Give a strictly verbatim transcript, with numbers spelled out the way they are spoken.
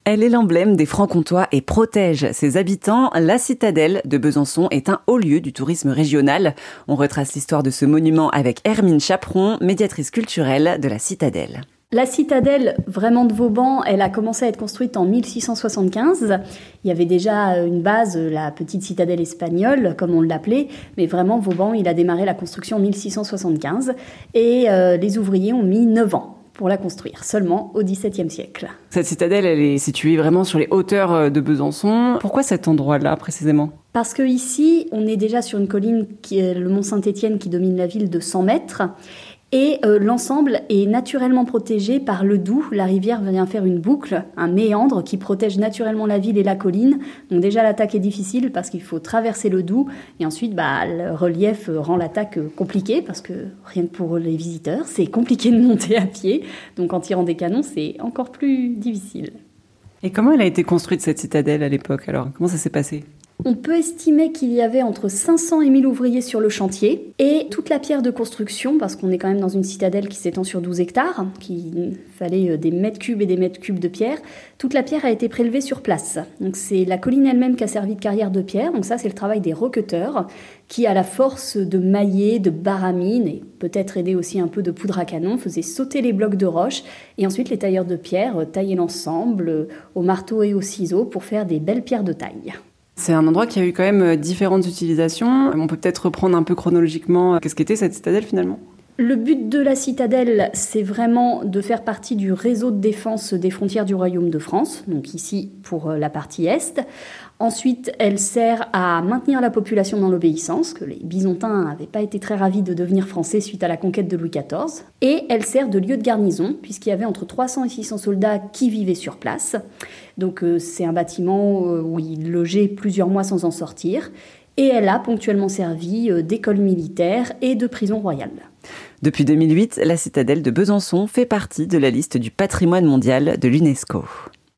Elle est l'emblème des Francs-Comtois et protège ses habitants. La citadelle de Besançon est un haut lieu du tourisme régional. On retrace l'histoire de ce monument avec Hermine Chaperon, médiatrice culturelle de la citadelle. La citadelle, vraiment de Vauban, elle a commencé à être construite en mille six cent soixante-quinze. Il y avait déjà une base, la petite citadelle espagnole, comme on l'appelait, mais vraiment Vauban, il a démarré la construction en mille six cent soixante-quinze et euh, les ouvriers ont mis neuf ans pour la construire, seulement au dix-septième siècle. Cette citadelle, elle est située vraiment sur les hauteurs de Besançon. Pourquoi cet endroit-là, précisément ? Parce qu'ici, on est déjà sur une colline, qui est le mont Saint-Étienne, qui domine la ville de cent mètres. Et euh, l'ensemble est naturellement protégé par le Doubs. La rivière vient faire une boucle, un méandre qui protège naturellement la ville et la colline. Donc déjà l'attaque est difficile parce qu'il faut traverser le Doubs. Et ensuite, bah, le relief rend l'attaque compliquée parce que rien que pour les visiteurs, c'est compliqué de monter à pied. Donc en tirant des canons, c'est encore plus difficile. Et comment elle a été construite cette citadelle à l'époque alors ? Comment ça s'est passé ? On peut estimer qu'il y avait entre cinq cents et mille ouvriers sur le chantier et toute la pierre de construction, parce qu'on est quand même dans une citadelle qui s'étend sur douze hectares, qu'il fallait des mètres cubes et des mètres cubes de pierre, toute la pierre a été prélevée sur place. Donc c'est la colline elle-même qui a servi de carrière de pierre, donc ça c'est le travail des requeuteurs qui, à la force de mailler, de baramine et peut-être aider aussi un peu de poudre à canon, faisaient sauter les blocs de roche et ensuite les tailleurs de pierre taillaient l'ensemble au marteau et au ciseau pour faire des belles pierres de taille. C'est un endroit qui a eu quand même différentes utilisations. On peut peut-être reprendre un peu chronologiquement qu'est-ce qu'était cette citadelle finalement ? Le but de la citadelle, c'est vraiment de faire partie du réseau de défense des frontières du Royaume de France, donc ici pour la partie est. Ensuite, elle sert à maintenir la population dans l'obéissance, que les Bisontins n'avaient pas été très ravis de devenir français suite à la conquête de Louis quatorze. Et elle sert de lieu de garnison, puisqu'il y avait entre trois cents et six cents soldats qui vivaient sur place. Donc euh, c'est un bâtiment euh, où ils logeaient plusieurs mois sans en sortir. Et elle a ponctuellement servi euh, d'école militaire et de prison royale. Depuis deux mille huit, la citadelle de Besançon fait partie de la liste du patrimoine mondial de l'UNESCO.